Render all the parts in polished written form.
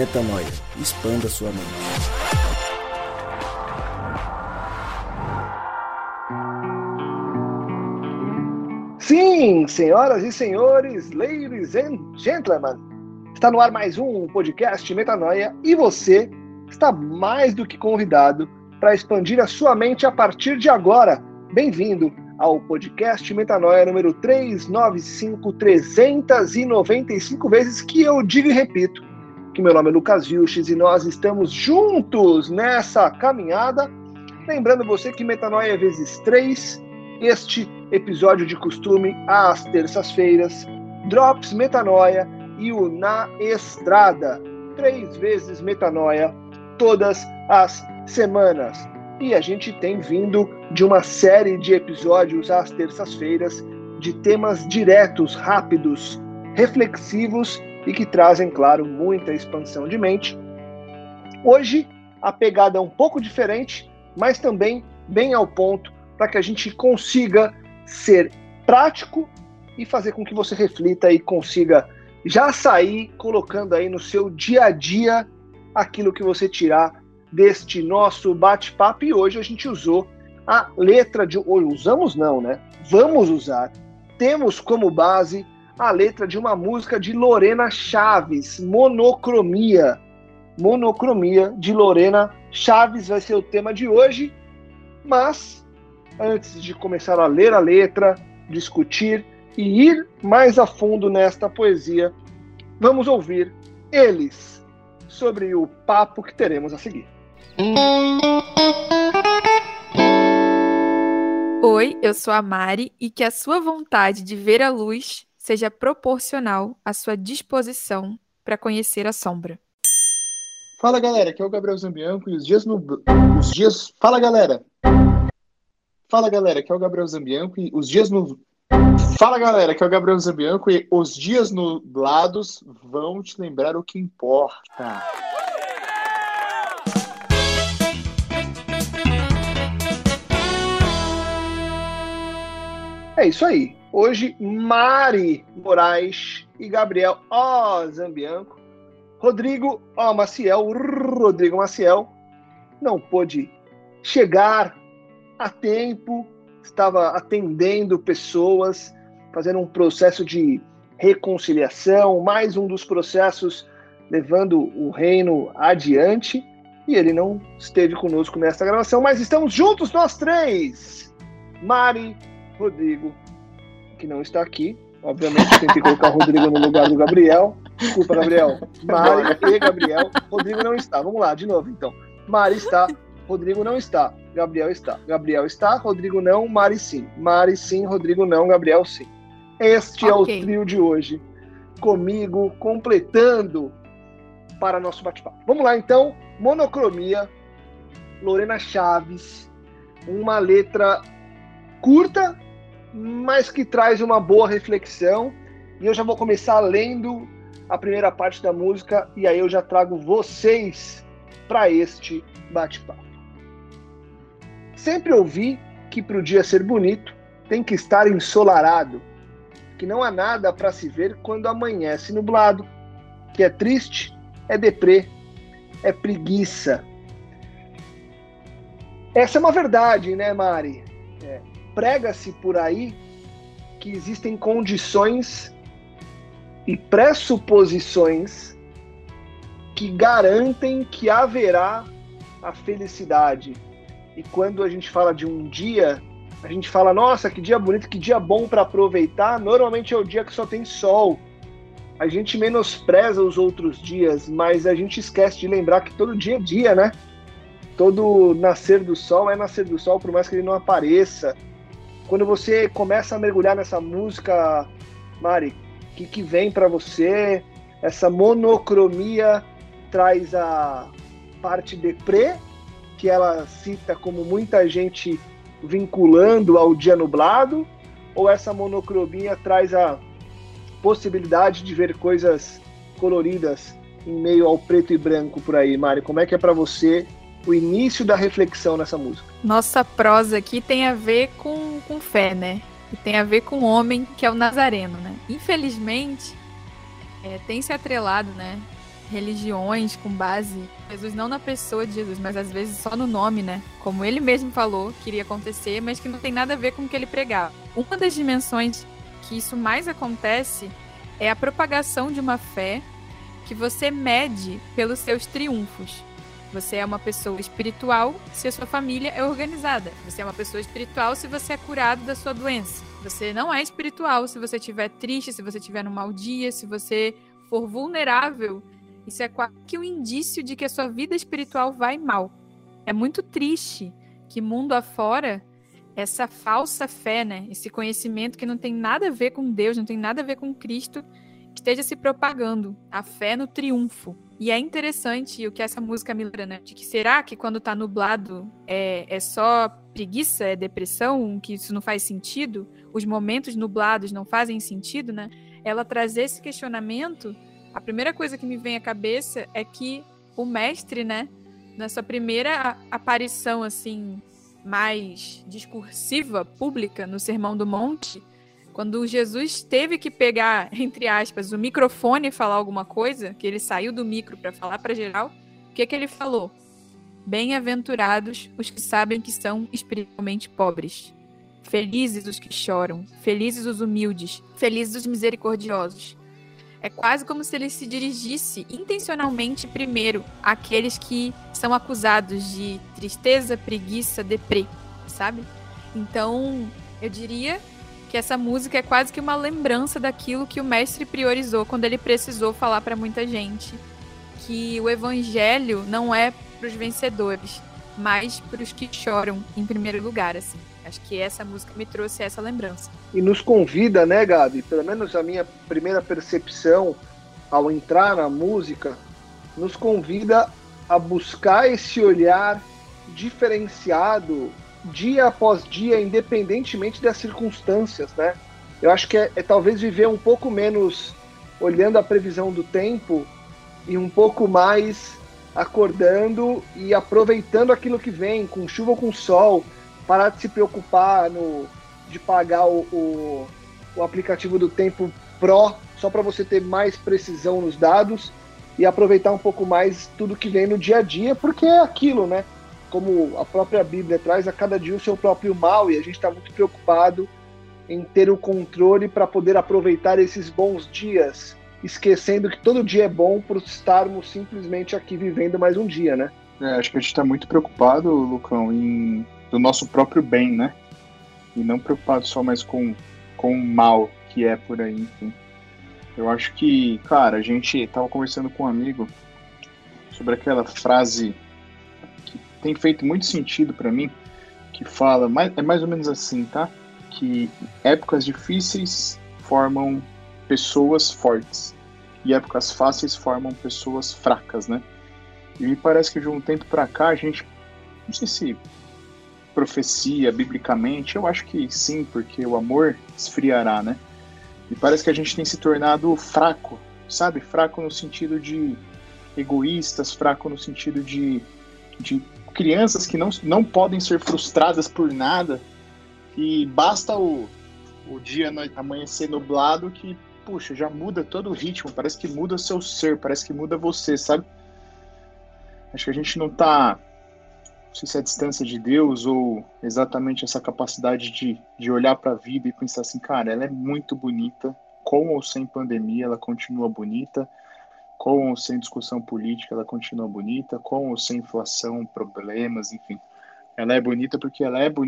Metanoia. Expanda sua mente. Sim, senhoras e senhores, ladies and gentlemen, está no ar mais um podcast Metanoia e você está mais do que convidado para expandir a sua mente a partir de agora. Bem-vindo ao podcast Metanoia número 395, 395 vezes que eu digo e repito que meu nome é Lucas Vilches e nós estamos juntos nessa caminhada. Lembrando você que Metanoia é vezes 3, este episódio de costume às terças-feiras, Drops Metanoia e o Na Estrada, 3 vezes Metanoia, todas as semanas. E a gente tem vindo de uma série de episódios às terças-feiras, de temas diretos, rápidos, reflexivos e que trazem, claro, muita expansão de mente. Hoje, a pegada é um pouco diferente, mas também bem ao ponto, para que a gente consiga ser prático e fazer com que você reflita e consiga já sair colocando aí no seu dia a dia aquilo que você tirar deste nosso bate-papo. E hoje a gente usou a letra de... Ou usamos não, né? Vamos usar. Temos como base a letra de uma música de Lorena Chaves, Monocromia. Monocromia de Lorena Chaves vai ser o tema de hoje, mas antes de começar a ler a letra, discutir e ir mais a fundo nesta poesia, vamos ouvir eles sobre o papo que teremos a seguir. Oi, eu sou a Mari e que a sua vontade de ver a luz seja proporcional à sua disposição para conhecer a sombra. Fala galera, aqui é o Gabriel Zambianco e Fala galera, aqui é o Gabriel Zambianco e os dias nublados vão te lembrar o que importa. É isso aí. Hoje, Mari Moraes e Gabriel Zambianco, Rodrigo Maciel, não pôde chegar a tempo, estava atendendo pessoas, fazendo um processo de reconciliação, mais um dos processos levando o reino adiante, e ele não esteve conosco nesta gravação, mas estamos juntos nós três, Mari, Rodrigo, que não está aqui, obviamente tentei colocar o Rodrigo no lugar do Gabriel, desculpa Gabriel, Mari e Gabriel, Rodrigo não está, vamos lá, de novo então, Mari está, Rodrigo não está, Gabriel está, Rodrigo não, Mari sim, Rodrigo não, Gabriel sim. Este é o trio de hoje, comigo, completando para nosso bate-papo. Vamos lá então, Monocromia, Lorena Chaves, uma letra curta, mas que traz uma boa reflexão, e eu já vou começar lendo a primeira parte da música, e aí eu já trago vocês para este bate-papo. Sempre ouvi que para o dia ser bonito tem que estar ensolarado, que não há nada para se ver quando amanhece nublado, que é triste, é deprê, é preguiça. Essa é uma verdade, né, Mari? Prega-se por aí que existem condições e pressuposições que garantem que haverá a felicidade. E quando a gente fala de um dia, a gente fala, nossa, que dia bonito, que dia bom para aproveitar. Normalmente é o dia que só tem sol. A gente menospreza os outros dias, mas a gente esquece de lembrar que todo dia é dia, né? Todo nascer do sol é nascer do sol, por mais que ele não apareça. Quando você começa a mergulhar nessa música, Mari, o que vem para você? Essa monocromia traz a parte deprê, que ela cita como muita gente vinculando ao dia nublado, ou essa monocromia traz a possibilidade de ver coisas coloridas em meio ao preto e branco por aí, Mari? Como é que é para você o início da reflexão nessa música? Nossa prosa aqui tem a ver com fé, né? E tem a ver com o homem que é o Nazareno, né? Infelizmente, tem se atrelado, né? religiões com base em Jesus, não na pessoa de Jesus, mas às vezes só no nome, né? Como ele mesmo falou que iria acontecer, mas que não tem nada a ver com o que ele pregava. Uma das dimensões que isso mais acontece é a propagação de uma fé que você mede pelos seus triunfos. Você é uma pessoa espiritual se a sua família é organizada. Você é uma pessoa espiritual se você é curado da sua doença. Você não é espiritual se você estiver triste, se você estiver num mau dia, se você for vulnerável. Isso é quase que um indício de que a sua vida espiritual vai mal. É muito triste que mundo afora, essa falsa fé, né? Esse conhecimento que não tem nada a ver com Deus, não tem nada a ver com Cristo, esteja se propagando. A fé no triunfo. E é interessante o que essa música me lembra, né? De que será que quando tá nublado é só preguiça, é depressão, que isso não faz sentido? Os momentos nublados não fazem sentido, né? Ela trazer esse questionamento, a primeira coisa que me vem à cabeça é que o mestre, né? Na sua primeira aparição, assim, mais discursiva, pública, no Sermão do Monte, quando Jesus teve que pegar, entre aspas, o microfone e falar alguma coisa, que ele saiu do micro para falar para geral, o que ele falou? Bem-aventurados os que sabem que são espiritualmente pobres. Felizes os que choram, felizes os humildes, felizes os misericordiosos. É quase como se ele se dirigisse intencionalmente primeiro àqueles que são acusados de tristeza, preguiça, deprê, sabe? Então, eu diria que essa música é quase que uma lembrança daquilo que o mestre priorizou quando ele precisou falar para muita gente, que o evangelho não é para os vencedores, mas para os que choram em primeiro lugar, assim. Acho que essa música me trouxe essa lembrança. E nos convida, né, Gabi? Pelo menos a minha primeira percepção ao entrar na música, nos convida a buscar esse olhar diferenciado dia após dia, independentemente das circunstâncias, né? Eu acho que é talvez viver um pouco menos olhando a previsão do tempo e um pouco mais acordando e aproveitando aquilo que vem, com chuva ou com sol, parar de se preocupar de pagar o aplicativo do Tempo Pro só para você ter mais precisão nos dados e aproveitar um pouco mais tudo que vem no dia a dia, porque é aquilo, né? Como a própria Bíblia traz, a cada dia o seu próprio mal, e a gente está muito preocupado em ter o controle para poder aproveitar esses bons dias, esquecendo que todo dia é bom por estarmos simplesmente aqui vivendo mais um dia, né? Acho que a gente está muito preocupado, Lucão, do nosso próprio bem, né? E não preocupado só mais com o mal que é por aí, enfim. Eu acho que, cara, a gente estava conversando com um amigo sobre aquela frase que tem feito muito sentido para mim, que fala, é mais ou menos assim, tá? Que épocas difíceis formam pessoas fortes e épocas fáceis formam pessoas fracas, né? E me parece que de um tempo para cá a gente, não sei se profecia biblicamente, eu acho que sim, porque o amor esfriará, né? E parece que a gente tem se tornado fraco, sabe? Fraco no sentido de egoístas, fraco no sentido de crianças que não podem ser frustradas por nada, e basta o dia amanhecer nublado que, puxa, já muda todo o ritmo, parece que muda o seu ser, parece que muda você, sabe? Acho que a gente não tá, não sei se é a distância de Deus ou exatamente essa capacidade de olhar para a vida e pensar assim, cara, ela é muito bonita, com ou sem pandemia ela continua bonita, com ou sem discussão política ela continua bonita, com ou sem inflação, problemas, enfim. Ela é bonita porque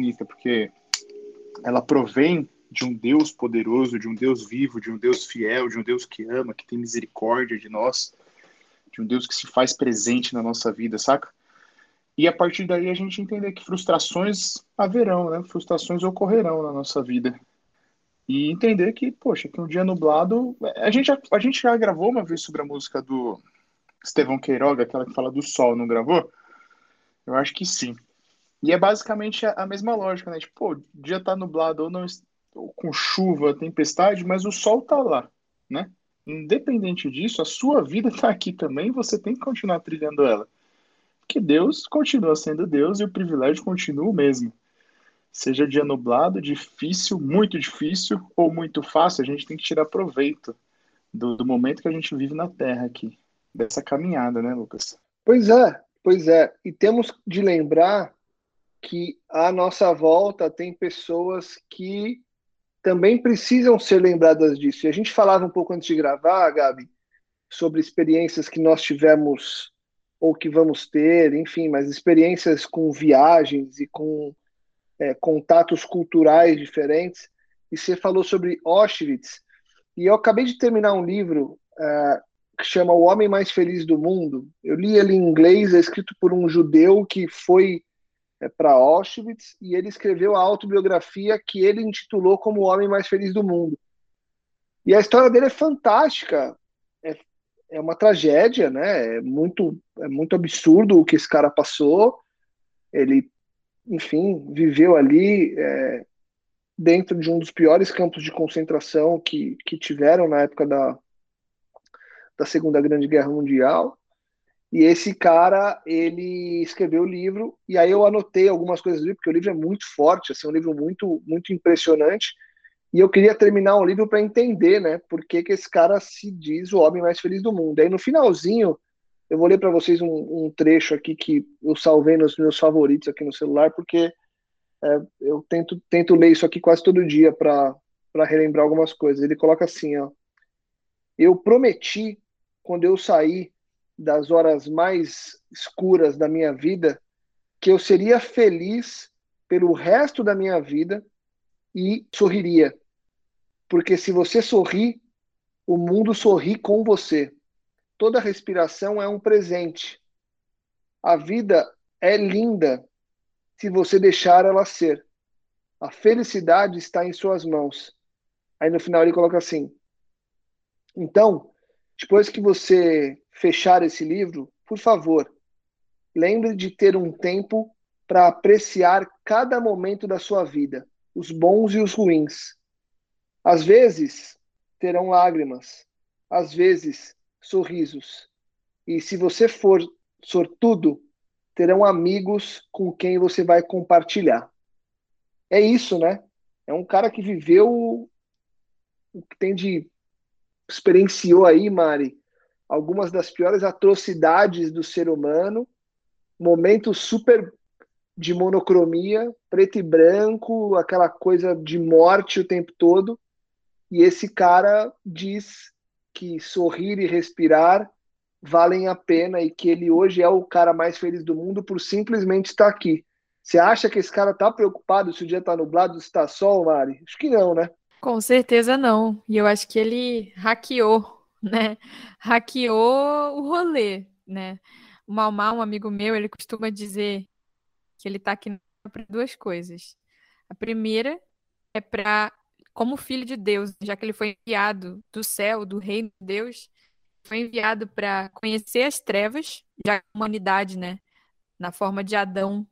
ela provém de um Deus poderoso, de um Deus vivo, de um Deus fiel, de um Deus que ama, que tem misericórdia de nós, de um Deus que se faz presente na nossa vida, saca? E a partir daí a gente entender que frustrações haverão, né? Frustrações ocorrerão na nossa vida. E entender que, poxa, que um dia nublado... A gente já gravou uma vez sobre a música do Estevão Queiroga, aquela que fala do sol, não gravou? Eu acho que sim. E é basicamente a mesma lógica, né? Tipo, pô, o dia tá nublado ou não, ou com chuva, tempestade, mas o sol tá lá, né? Independente disso, a sua vida tá aqui também e você tem que continuar trilhando ela. Porque Deus continua sendo Deus e o privilégio continua o mesmo. Seja dia nublado, difícil, muito difícil ou muito fácil, a gente tem que tirar proveito do momento que a gente vive na Terra aqui. dessa caminhada, né, Lucas? Pois é. E temos de lembrar que à nossa volta tem pessoas que também precisam ser lembradas disso. E a gente falava um pouco antes de gravar, Gabi, sobre experiências que nós tivemos ou que vamos ter, enfim, mas experiências com viagens e com contatos culturais diferentes. E você falou sobre Auschwitz. E eu acabei de terminar um livro que chama O Homem Mais Feliz do Mundo. Eu li ele em inglês, é escrito por um judeu que foi para Auschwitz, e ele escreveu a autobiografia que ele intitulou como O Homem Mais Feliz do Mundo. E a história dele é fantástica. É uma tragédia, né? É muito absurdo o que esse cara passou. Ele, enfim, viveu ali dentro de um dos piores campos de concentração que tiveram na época da Segunda Grande Guerra Mundial. E esse cara, ele escreveu o livro, e aí eu anotei algumas coisas do livro, porque o livro é muito forte, assim, um livro muito, muito impressionante, e eu queria terminar o livro para entender, né, por que esse cara se diz o homem mais feliz do mundo. Aí no finalzinho, eu vou ler para vocês um trecho aqui que eu salvei nos meus favoritos aqui no celular, porque eu tento ler isso aqui quase todo dia para relembrar algumas coisas. Ele coloca assim, ó: eu prometi, quando eu saí das horas mais escuras da minha vida, que eu seria feliz pelo resto da minha vida e sorriria. Porque se você sorri, o mundo sorri com você. Toda respiração é um presente. A vida é linda se você deixar ela ser. A felicidade está em suas mãos. Aí no final ele coloca assim: então, depois que você fechar esse livro, por favor, lembre de ter um tempo para apreciar cada momento da sua vida, os bons e os ruins. Às vezes, terão lágrimas, às vezes, sorrisos. E se você for sortudo, terão amigos com quem você vai compartilhar. É isso, né? É um cara que viveu o que tem de... experienciou aí, Mari, algumas das piores atrocidades do ser humano, momentos super de monocromia, preto e branco, aquela coisa de morte o tempo todo, e esse cara diz que sorrir e respirar valem a pena e que ele hoje é o cara mais feliz do mundo por simplesmente estar aqui. Você acha que esse cara tá preocupado se o dia tá nublado, se tá sol, Mari? Acho que não, né? Com certeza não. E eu acho que ele hackeou, né? Hackeou o rolê, né? O Mal, um amigo meu, ele costuma dizer que ele tá aqui para duas coisas. A primeira é para, como filho de Deus, já que ele foi enviado do céu, do reino de Deus, foi enviado para conhecer as trevas, já que a humanidade, né, na forma de Adão,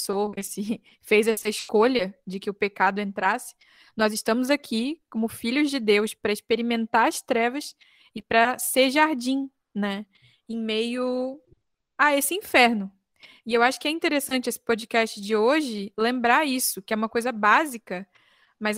fez essa escolha de que o pecado entrasse. Nós estamos aqui como filhos de Deus para experimentar as trevas e para ser jardim, né, em meio a esse inferno. E eu acho que é interessante esse podcast de hoje lembrar isso, que é uma coisa básica, mas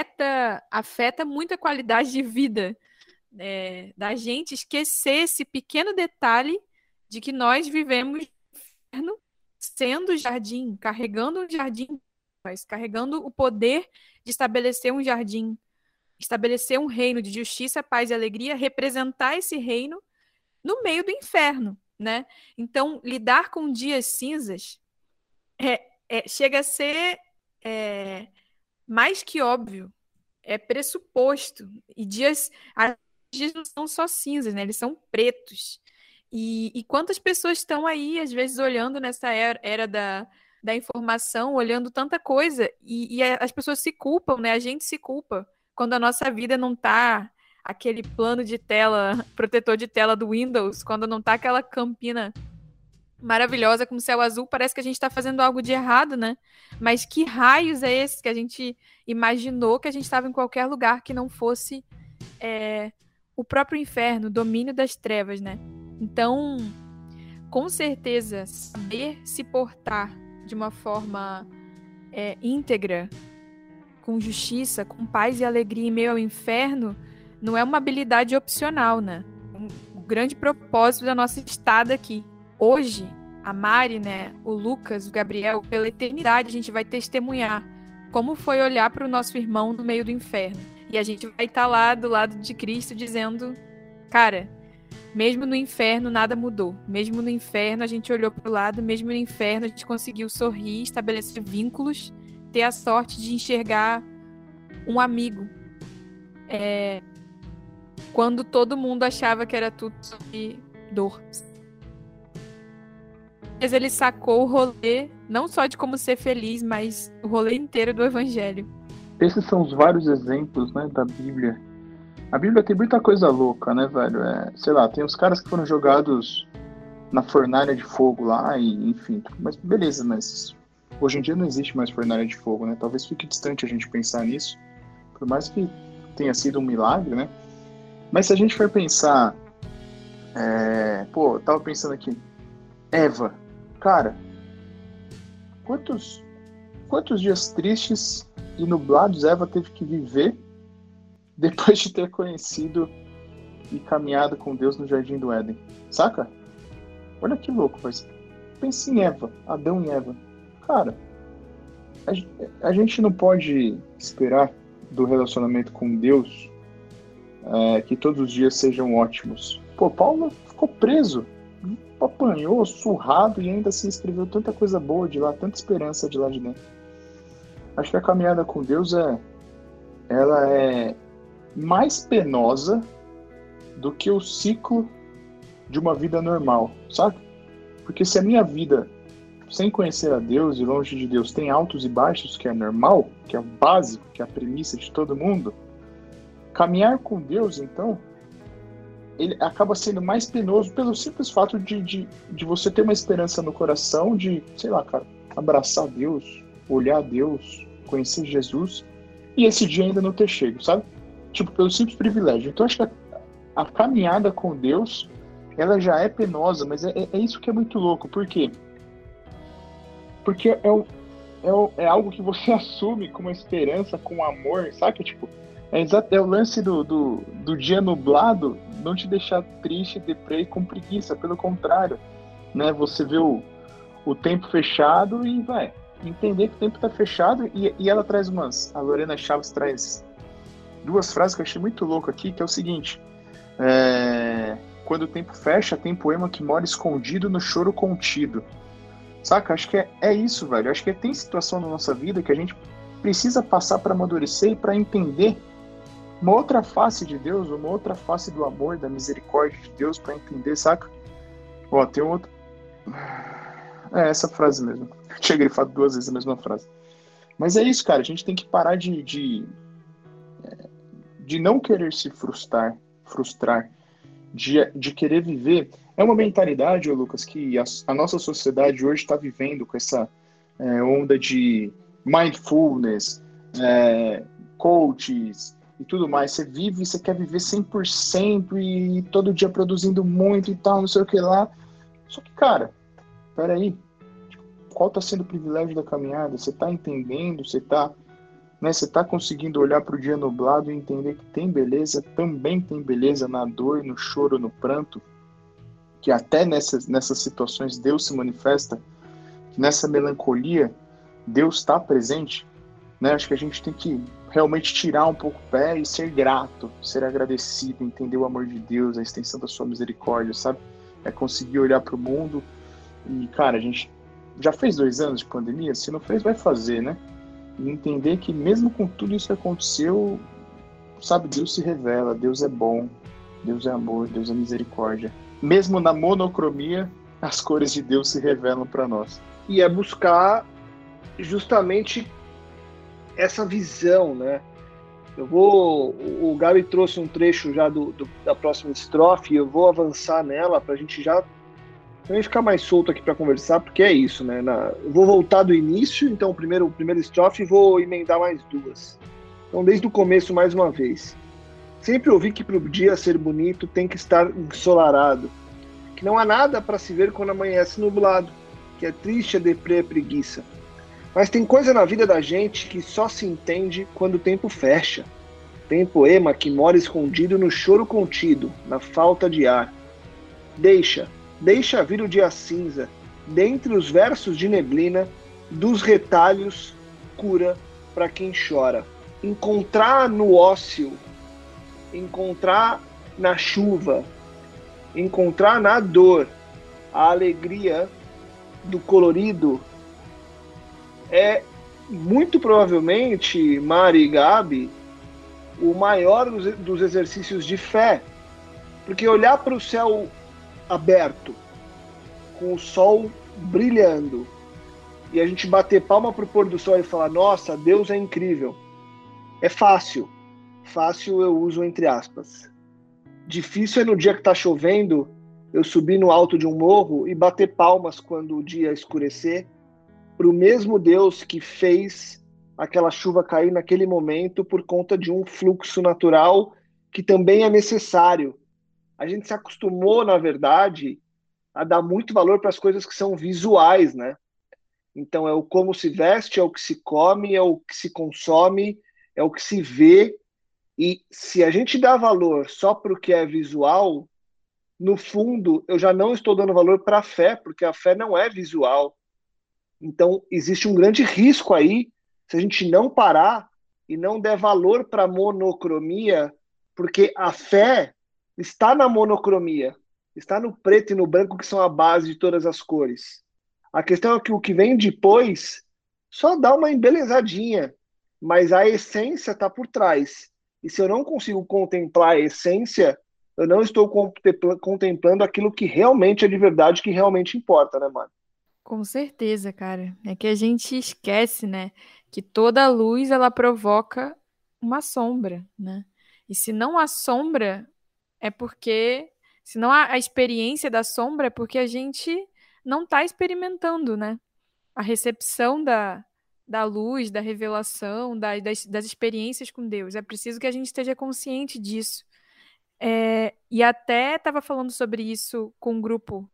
afeta muito a qualidade de vida da gente esquecer esse pequeno detalhe de que nós vivemos no inferno sendo jardim, carregando um jardim, mas carregando o poder de estabelecer um jardim, estabelecer um reino de justiça, paz e alegria, representar esse reino no meio do inferno, né? Então, lidar com dias cinzas chega a ser mais que óbvio, é pressuposto. E dias não são só cinzas, né? Eles são pretos. E quantas pessoas estão aí, às vezes, olhando nessa era da informação, olhando tanta coisa, e as pessoas se culpam, né? A gente se culpa quando a nossa vida não tá aquele plano de tela, protetor de tela do Windows, quando não tá aquela campina maravilhosa com céu azul, parece que a gente está fazendo algo de errado, né? Mas que raios é esse que a gente imaginou que a gente estava em qualquer lugar que não fosse o próprio inferno, o domínio das trevas, né? Então, com certeza, saber se portar de uma forma íntegra, com justiça, com paz e alegria em meio ao inferno, não é uma habilidade opcional, né? grande propósito da nossa estada aqui. Hoje, a Mari, né, o Lucas, o Gabriel, pela eternidade a gente vai testemunhar como foi olhar para o nosso irmão no meio do inferno. E a gente vai estar lá do lado de Cristo dizendo, cara, mesmo no inferno nada mudou. Mesmo no inferno a gente olhou para o lado, mesmo no inferno a gente conseguiu sorrir, estabelecer vínculos, ter a sorte de enxergar um amigo. Quando todo mundo achava que era tudo sobre dor. Mas ele sacou o rolê, não só de como ser feliz, mas o rolê inteiro do evangelho. Esses são os vários exemplos, né, da Bíblia. A Bíblia tem muita coisa louca, né, velho? Sei lá, tem os caras que foram jogados na fornalha de fogo lá, e enfim. Mas beleza, mas hoje em dia não existe mais fornalha de fogo, né? Talvez fique distante a gente pensar nisso, por mais que tenha sido um milagre, né? Mas se a gente for pensar... eu tava pensando aqui. Eva, cara, quantos dias tristes e nublados Eva teve que viver depois de ter conhecido e caminhado com Deus no Jardim do Éden, saca? Olha que louco, mas pense em Eva, Adão e Eva. Cara, a gente não pode esperar do relacionamento com Deus que todos os dias sejam ótimos. Pô, Paulo ficou preso, apanhou, surrado e ainda assim escreveu tanta coisa boa de lá, tanta esperança de lá de dentro. Acho que a caminhada com Deus ela é mais penosa do que o ciclo de uma vida normal, sabe? Porque se a minha vida, sem conhecer a Deus e longe de Deus, tem altos e baixos, que é normal, que é o básico, que é a premissa de todo mundo, caminhar com Deus, então, ele acaba sendo mais penoso pelo simples fato de você ter uma esperança no coração de, sei lá, cara, abraçar Deus, olhar Deus, conhecer Jesus, e esse dia ainda não ter chego, sabe? Tipo, pelo simples privilégio. Então, acho que a caminhada com Deus, ela já é penosa, mas é isso que é muito louco. Por quê? Porque é algo que você assume com uma esperança, com amor, sabe? Tipo, é o lance do dia nublado não te deixar triste, deprê e com preguiça. Pelo contrário, né? Você vê o tempo fechado e vai entender que o tempo está fechado. E ela traz a Lorena Chaves traz duas frases que eu achei muito louco aqui, que é o seguinte: quando o tempo fecha, tem poema que mora escondido no choro contido. Saca? Acho que é isso, velho. Acho que tem situação na nossa vida que a gente precisa passar para amadurecer e para entender uma outra face de Deus, uma outra face do amor, da misericórdia de Deus, para entender, saca? Ó, tem outro... essa frase mesmo. Tinha grifado 2 vezes a mesma frase. Mas é isso, cara. A gente tem que parar de não querer se frustrar, de querer viver. É uma mentalidade, ô Lucas, que a nossa sociedade hoje está vivendo com essa onda de mindfulness, coaches e tudo mais. Você quer viver 100% e todo dia produzindo muito e tal, não sei o que lá. Só que, cara, peraí, qual está sendo o privilégio da caminhada? Você está entendendo? Você está conseguindo olhar para o dia nublado e entender que tem beleza, também tem beleza na dor, no choro, no pranto, que até nessas situações Deus se manifesta, que nessa melancolia Deus está presente, né? Acho que a gente tem que realmente tirar um pouco o pé e ser grato, ser agradecido, entender o amor de Deus, a extensão da sua misericórdia, sabe? É conseguir olhar para o mundo e, cara, a gente já fez 2 anos de pandemia, se não fez, vai fazer, né? E entender que mesmo com tudo isso que aconteceu, sabe, Deus se revela, Deus é bom, Deus é amor, Deus é misericórdia. Mesmo na monocromia, as cores de Deus se revelam para nós. E é buscar justamente essa visão, né? O Gabi trouxe um trecho já da próxima estrofe, e eu vou avançar nela para a gente já também ficar mais solto aqui para conversar, porque é isso, né? Eu vou voltar do início, então o primeiro estrofe, e vou emendar mais 2. Então, desde o começo, mais uma vez. Sempre ouvi que para o dia ser bonito tem que estar ensolarado, que não há nada para se ver quando amanhece nublado, que é triste, a deprê, a preguiça. Mas tem coisa na vida da gente que só se entende quando o tempo fecha. Tem poema que mora escondido no choro contido, na falta de ar. Deixa vir o dia cinza, dentre os versos de neblina, dos retalhos, cura para quem chora. Encontrar no ócio, encontrar na chuva, encontrar na dor a alegria do colorido é muito provavelmente, Mari e Gabi, o maior dos exercícios de fé. Porque olhar para o céu aberto, com o sol brilhando, e a gente bater palma para o pôr do sol e falar, nossa, Deus é incrível, é fácil. Fácil eu uso entre aspas. Difícil é no dia que está chovendo, eu subir no alto de um morro e bater palmas quando o dia escurecer, para o mesmo Deus que fez aquela chuva cair naquele momento por conta de um fluxo natural que também é necessário. A gente se acostumou, na verdade, a dar muito valor para as coisas que são visuais, né? Então é o como se veste, é o que se come, é o que se consome, é o que se vê. E se a gente dá valor só para o que é visual, no fundo eu já não estou dando valor para a fé, porque a fé não é visual. Então, existe um grande risco aí, se a gente não parar e não der valor para a monocromia, porque a fé está na monocromia, está no preto e no branco, que são a base de todas as cores. A questão é que o que vem depois só dá uma embelezadinha, mas a essência está por trás. E se eu não consigo contemplar a essência, eu não estou contemplando aquilo que realmente é de verdade, que realmente importa, né, mano? Com certeza, cara. É que a gente esquece, né, que toda luz ela provoca uma sombra, né? E se não há sombra, é porque se não há a experiência da sombra, é porque a gente não está experimentando, né? A recepção da luz, da revelação, das experiências com Deus. É preciso que a gente esteja consciente disso. E até estava falando sobre isso com um grupo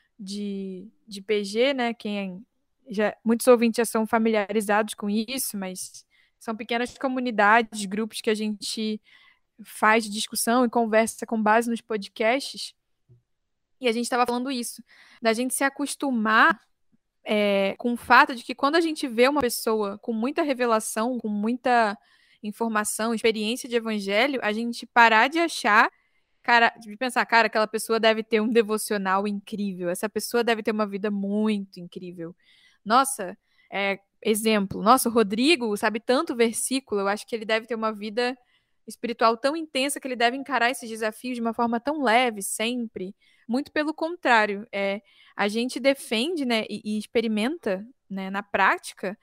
de PG, né? Muitos ouvintes já são familiarizados com isso, mas são pequenas comunidades, grupos que a gente faz discussão e conversa com base nos podcasts. E a gente estava falando isso, da gente se acostumar com o fato de que quando a gente vê uma pessoa com muita revelação, com muita informação, experiência de evangelho, a gente parar de achar, cara, de pensar, cara, aquela pessoa deve ter um devocional incrível, essa pessoa deve ter uma vida muito incrível. Nossa, exemplo, nossa, o Rodrigo sabe tanto versículo, eu acho que ele deve ter uma vida espiritual tão intensa que ele deve encarar esses desafios de uma forma tão leve sempre. Muito pelo contrário, a gente defende, né, e experimenta, né, na prática,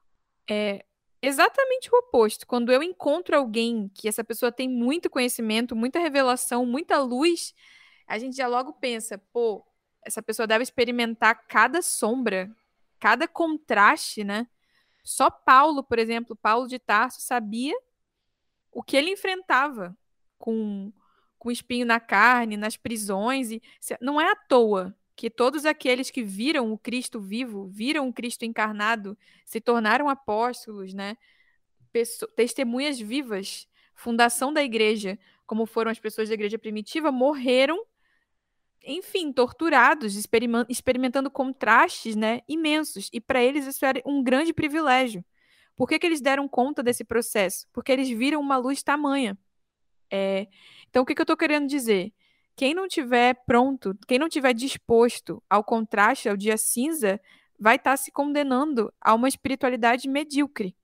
exatamente o oposto. Quando eu encontro alguém que essa pessoa tem muito conhecimento, muita revelação, muita luz, a gente já logo pensa, pô, essa pessoa deve experimentar cada sombra, cada contraste, né? Só Paulo, por exemplo, Paulo de Tarso sabia o que ele enfrentava com espinho na carne, nas prisões. E não é à toa que todos aqueles que viram o Cristo vivo, viram o Cristo encarnado, se tornaram apóstolos, né? Testemunhas vivas, fundação da igreja, como foram as pessoas da igreja primitiva, morreram, enfim, torturados, experimentando contrastes, né, imensos. E para eles isso era um grande privilégio. Por que eles deram conta desse processo? Porque eles viram uma luz tamanha. Então, o que eu estou querendo dizer? Quem não tiver pronto, quem não tiver disposto ao contraste, ao dia cinza, vai estar se condenando a uma espiritualidade medíocre.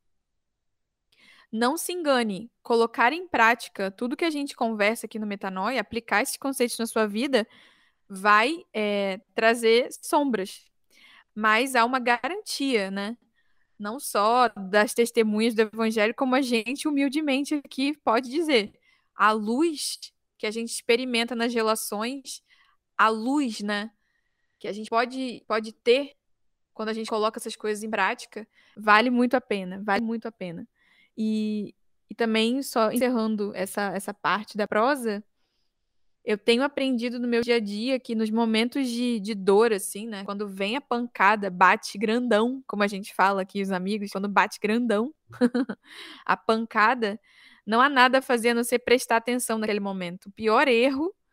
Não se engane, colocar em prática tudo que a gente conversa aqui no Metanoia, aplicar esses conceitos na sua vida, vai trazer sombras. Mas há uma garantia, né? Não só das testemunhas do Evangelho, como a gente humildemente aqui pode dizer. A luz que a gente experimenta nas relações, a luz, né, que a gente pode ter quando a gente coloca essas coisas em prática, vale muito a pena, vale muito a pena. E também, só encerrando essa parte da prosa, eu tenho aprendido no meu dia a dia que nos momentos de dor, assim, né, quando vem a pancada, bate grandão, como a gente fala aqui, os amigos, quando bate grandão, a pancada, não há nada a fazer a não ser prestar atenção naquele momento. O pior erro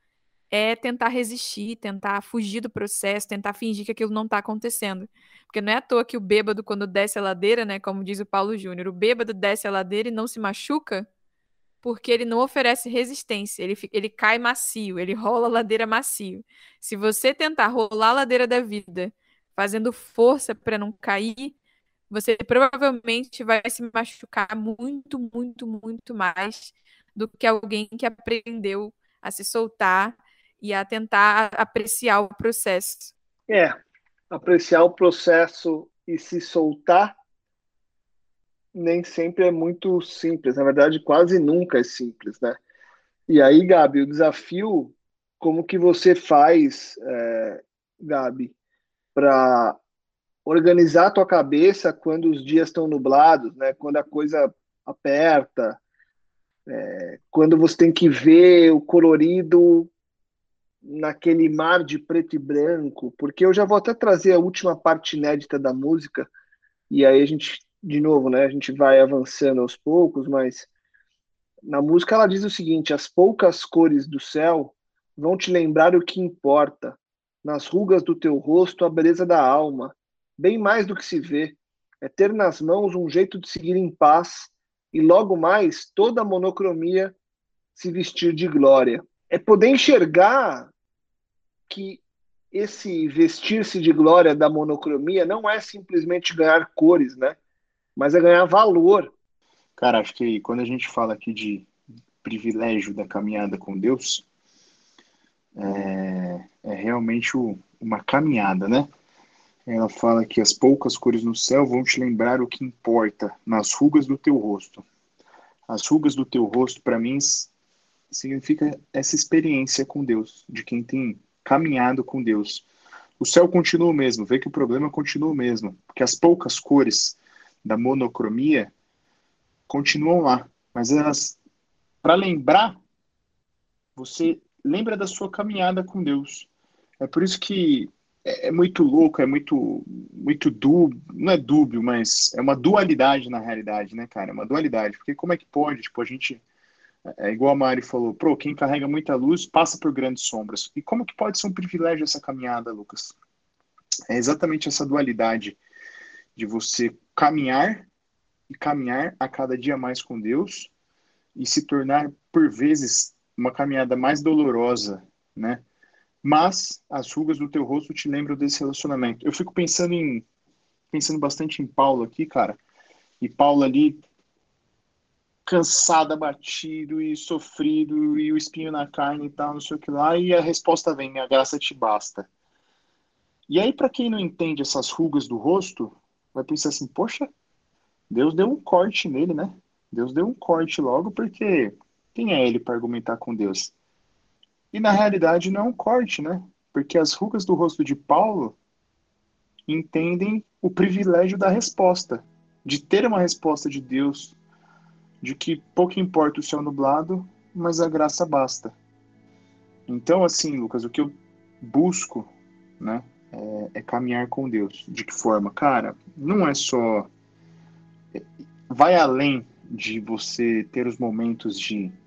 é tentar resistir, tentar fugir do processo, tentar fingir que aquilo não está acontecendo. Porque não é à toa que o bêbado, quando desce a ladeira, né, como diz o Paulo Júnior, o bêbado desce a ladeira e não se machuca porque ele não oferece resistência, ele cai macio, ele rola a ladeira macio. Se você tentar rolar a ladeira da vida fazendo força para não cair, você provavelmente vai se machucar muito, muito, muito mais do que alguém que aprendeu a se soltar e a tentar apreciar o processo. Apreciar o processo e se soltar nem sempre é muito simples. Na verdade, quase nunca é simples, né? E aí, Gabi, o desafio, como que você faz, Gabi, para organizar a tua cabeça quando os dias estão nublados, né? Quando a coisa aperta, quando você tem que ver o colorido naquele mar de preto e branco, porque eu já vou até trazer a última parte inédita da música, e aí a gente, de novo, né? A gente vai avançando aos poucos, mas na música ela diz o seguinte: as poucas cores do céu vão te lembrar o que importa. Nas rugas do teu rosto, a beleza da alma. Bem mais do que se vê. É ter nas mãos um jeito de seguir em paz e logo mais toda a monocromia se vestir de glória. É poder enxergar que esse vestir-se de glória da monocromia não é simplesmente ganhar cores, né? Mas é ganhar valor. Cara, acho que quando a gente fala aqui de privilégio da caminhada com Deus, é realmente uma caminhada, né? Ela fala que as poucas cores no céu vão te lembrar o que importa nas rugas do teu rosto. As rugas do teu rosto, para mim, significa essa experiência com Deus, de quem tem caminhado com Deus. O céu continua o mesmo, vê que o problema continua o mesmo, porque as poucas cores da monocromia continuam lá, mas elas, para lembrar, você lembra da sua caminhada com Deus. É por isso que é muito louco, é muito dúbio, não é dúbio, mas é uma dualidade na realidade, né, cara? É uma dualidade, porque como é que pode, tipo, a gente, igual a Mari falou, quem carrega muita luz passa por grandes sombras. E como que pode ser um privilégio essa caminhada, Lucas? É exatamente essa dualidade de você caminhar e caminhar a cada dia mais com Deus e se tornar, por vezes, uma caminhada mais dolorosa, né? Mas as rugas do teu rosto te lembram desse relacionamento. Eu fico pensando bastante em Paulo aqui, cara. E Paulo ali, cansado, abatido e sofrido, e o espinho na carne e tal, não sei o que lá, e a resposta vem: minha graça te basta. E aí, para quem não entende essas rugas do rosto, vai pensar assim: poxa, Deus deu um corte nele, né? Deus deu um corte logo, porque quem é ele para argumentar com Deus? E na realidade não é um corte, né? Porque as rugas do rosto de Paulo entendem o privilégio da resposta, de ter uma resposta de Deus, de que pouco importa o céu nublado, mas a graça basta. Então, assim, Lucas, o que eu busco, né, é caminhar com Deus. De que forma? Cara, não é só... Vai além de você ter os momentos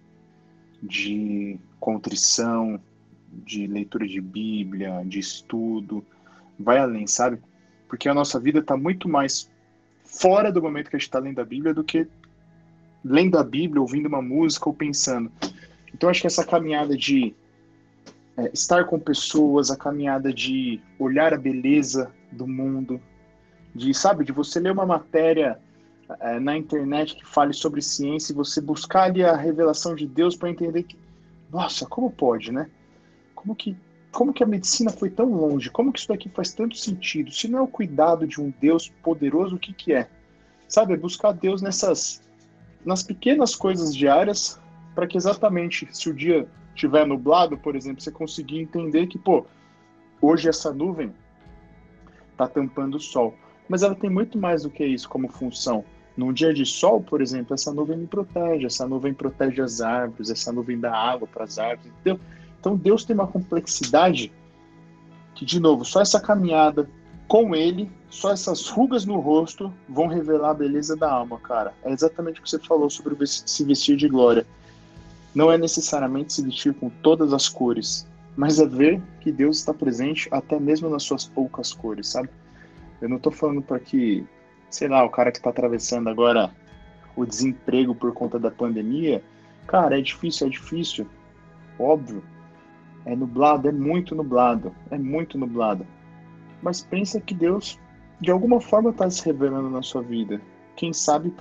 de contrição, de leitura de Bíblia, de estudo, vai além, sabe? Porque a nossa vida está muito mais fora do momento que a gente está lendo a Bíblia do que lendo a Bíblia, ouvindo uma música ou pensando. Então acho que essa caminhada de estar com pessoas, a caminhada de olhar a beleza do mundo, de você ler uma matéria na internet que fale sobre ciência e você buscar ali a revelação de Deus para entender que, nossa, como pode, né? Como que a medicina foi tão longe? Como que isso daqui faz tanto sentido? Se não é o cuidado de um Deus poderoso, o que que é? Sabe, buscar Deus nas pequenas coisas diárias, para que exatamente, se o dia estiver nublado, por exemplo, você conseguir entender que, hoje essa nuvem está tampando o sol. Mas ela tem muito mais do que isso como função. Num dia de sol, por exemplo, essa nuvem me protege, essa nuvem protege as árvores, essa nuvem dá água para as árvores, entendeu? Então Deus tem uma complexidade que, de novo, só essa caminhada com Ele, só essas rugas no rosto vão revelar a beleza da alma, cara. É exatamente o que você falou sobre se vestir de glória. Não é necessariamente se vestir com todas as cores, mas é ver que Deus está presente até mesmo nas suas poucas cores, sabe? Eu não tô falando para que, sei lá, o cara que está atravessando agora o desemprego por conta da pandemia, cara, é difícil, óbvio, é nublado, é muito nublado. Mas pensa que Deus, de alguma forma, está se revelando na sua vida. Quem sabe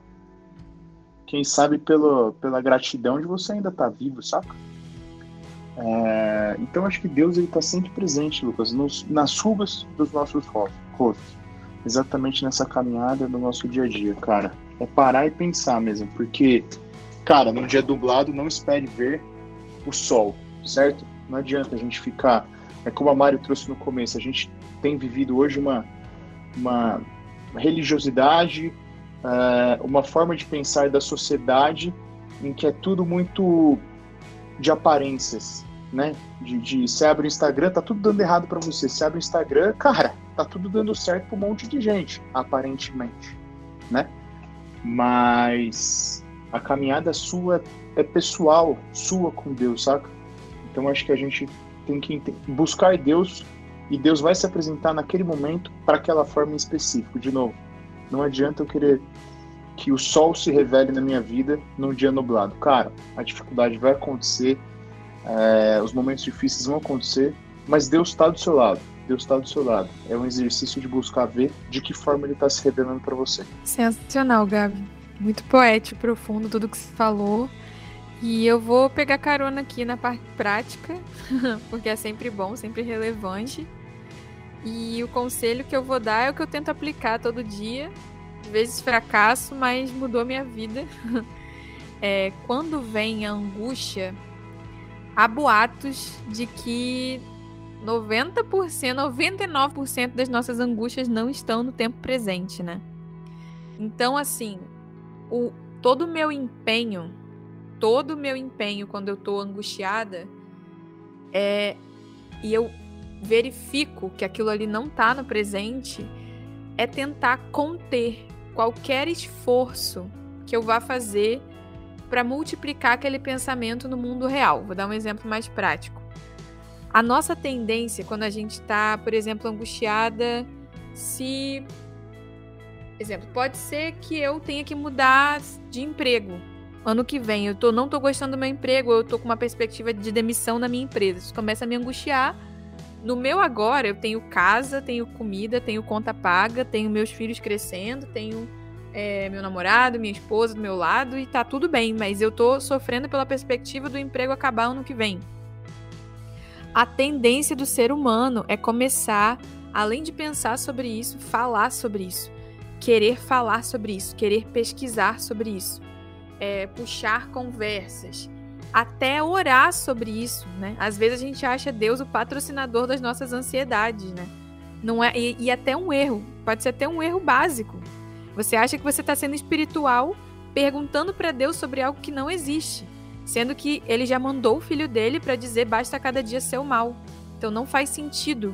pela gratidão de você ainda estar vivo, saca? Então acho que Deus está sempre presente, Lucas, nas rugas dos nossos rostos. Exatamente nessa caminhada do nosso dia a dia, cara. É parar e pensar mesmo, porque, cara, num dia nublado não espere ver o sol, certo? Não adianta a gente ficar... É como a Mário trouxe no começo, a gente tem vivido hoje uma religiosidade, uma forma de pensar da sociedade em que é tudo muito de aparências, né? Você abre o Instagram, tá tudo dando errado para você. Você abre o Instagram, cara, tá tudo dando certo pra um monte de gente, aparentemente, né? Mas a caminhada sua é pessoal, sua com Deus, saca? Então acho que a gente tem que buscar Deus e Deus vai se apresentar naquele momento para aquela forma em específico. De novo, não adianta eu querer que o sol se revele na minha vida num dia nublado. Cara, a dificuldade vai acontecer, os momentos difíceis vão acontecer, mas Deus está do seu lado. Deus está do seu lado. É um exercício de buscar ver de que forma Ele está se revelando para você. Sensacional, Gabi. Muito poético, profundo tudo que você falou. E eu vou pegar carona aqui na parte prática, porque é sempre bom, sempre relevante. E o conselho que eu vou dar é o que eu tento aplicar todo dia. Às vezes fracasso, mas mudou minha vida. Quando vem a angústia, há boatos de que 90%, 99% das nossas angústias não estão no tempo presente, né? Então, assim, todo o meu empenho quando eu tô angustiada, e eu verifico que aquilo ali não tá no presente, é tentar conter qualquer esforço que eu vá fazer para multiplicar aquele pensamento no mundo real. Vou dar um exemplo mais prático. A nossa tendência, quando a gente está, por exemplo, angustiada, exemplo, pode ser que eu tenha que mudar de emprego. Ano que vem, eu não tô gostando do meu emprego, eu tô com uma perspectiva de demissão na minha empresa. Isso começa a me angustiar. No meu agora, eu tenho casa, tenho comida, tenho conta paga, tenho meus filhos crescendo, tenho meu namorado, minha esposa do meu lado e tá tudo bem, mas eu tô sofrendo pela perspectiva do emprego acabar ano que vem. A tendência do ser humano é começar, além de pensar sobre isso, falar sobre isso, querer falar sobre isso, querer pesquisar sobre isso, puxar conversas, até orar sobre isso, né? Às vezes a gente acha Deus o patrocinador das nossas ansiedades, né? Não é, e até um erro, pode ser até um erro básico. Você acha que você está sendo espiritual perguntando para Deus sobre algo que não existe, sendo que Ele já mandou o Filho dele para dizer basta cada dia seu mal. Então não faz sentido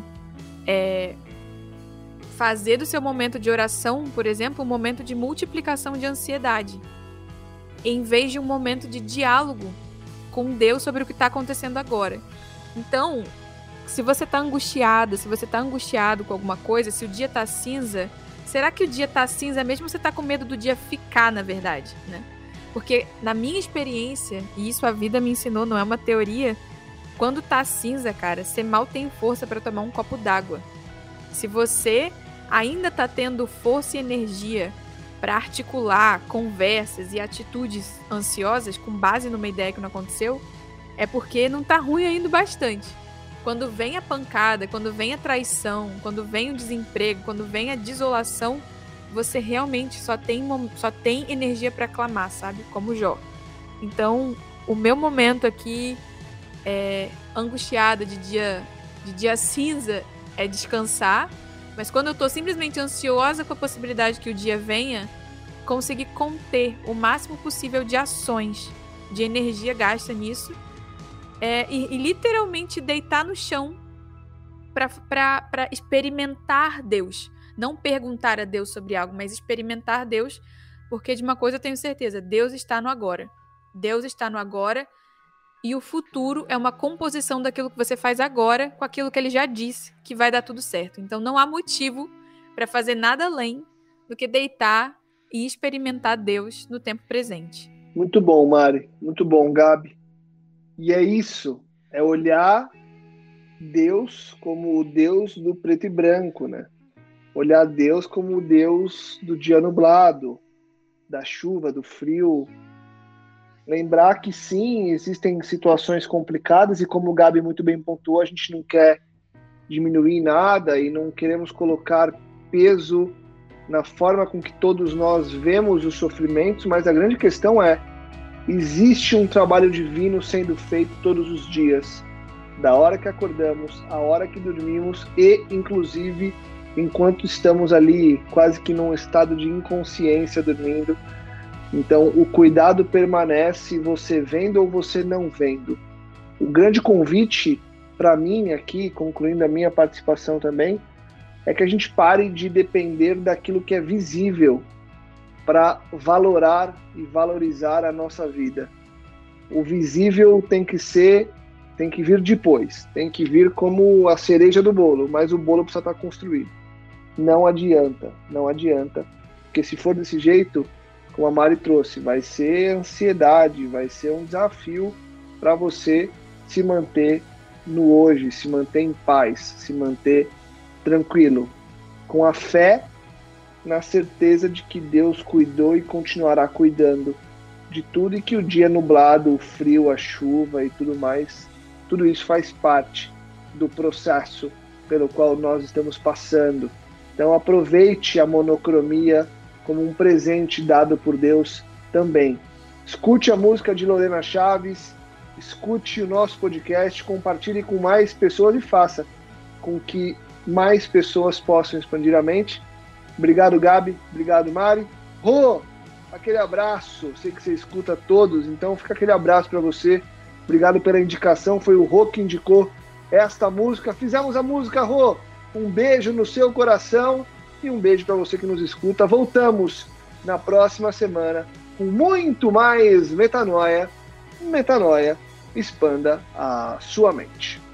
fazer do seu momento de oração, por exemplo, um momento de multiplicação de ansiedade, em vez de um momento de diálogo com Deus sobre o que está acontecendo agora. Então, se você está angustiada, se você está angustiado com alguma coisa, se o dia está cinza, será que o dia está cinza mesmo você está com medo do dia ficar, na verdade, né? Porque na minha experiência, e isso a vida me ensinou, não é uma teoria, quando tá cinza, cara, você mal tem força para tomar um copo d'água. Se você ainda tá tendo força e energia para articular conversas e atitudes ansiosas com base numa ideia que não aconteceu, é porque não tá ruim ainda bastante. Quando vem a pancada, quando vem a traição, quando vem o desemprego, quando vem a desolação, você realmente só tem energia para clamar, sabe? Como Jó. Então, o meu momento aqui angustiada de dia cinza é descansar, mas quando eu tô simplesmente ansiosa com a possibilidade que o dia venha, conseguir conter o máximo possível de ações, de energia gasta nisso, e literalmente deitar no chão para experimentar Deus. Não perguntar a Deus sobre algo, mas experimentar Deus, porque de uma coisa eu tenho certeza, Deus está no agora. Deus está no agora e o futuro é uma composição daquilo que você faz agora com aquilo que ele já disse que vai dar tudo certo. Então não há motivo para fazer nada além do que deitar e experimentar Deus no tempo presente. Muito bom, Mari. Muito bom, Gabi. E é isso. É olhar Deus como o Deus do preto e branco, né? Olhar Deus como o Deus do dia nublado, da chuva, do frio. Lembrar que sim, existem situações complicadas e como o Gabi muito bem pontuou, a gente não quer diminuir nada e não queremos colocar peso na forma com que todos nós vemos os sofrimentos, mas a grande questão é, existe um trabalho divino sendo feito todos os dias, da hora que acordamos, a hora que dormimos e, inclusive, enquanto estamos ali quase que num estado de inconsciência dormindo. Então, o cuidado permanece, você vendo ou você não vendo. O grande convite para mim aqui, concluindo a minha participação também, é que a gente pare de depender daquilo que é visível para valorar e valorizar a nossa vida. O visível tem que vir depois, tem que vir como a cereja do bolo, mas o bolo precisa estar construído. Não adianta, porque se for desse jeito, como a Mari trouxe, vai ser ansiedade, vai ser um desafio para você se manter no hoje, se manter em paz, se manter tranquilo, com a fé na certeza de que Deus cuidou e continuará cuidando de tudo e que o dia nublado, o frio, a chuva e tudo mais, tudo isso faz parte do processo pelo qual nós estamos passando. Então aproveite a monocromia como um presente dado por Deus também. Escute a música de Lorena Chaves, escute o nosso podcast, compartilhe com mais pessoas e faça com que mais pessoas possam expandir a mente. Obrigado, Gabi. Obrigado, Mari. Rô, aquele abraço. Sei que você escuta todos, então fica aquele abraço para você. Obrigado pela indicação. Foi o Rô que indicou esta música. Fizemos a música, Rô. Um beijo no seu coração e um beijo para você que nos escuta. Voltamos na próxima semana com muito mais metanoia. Metanoia, expanda a sua mente.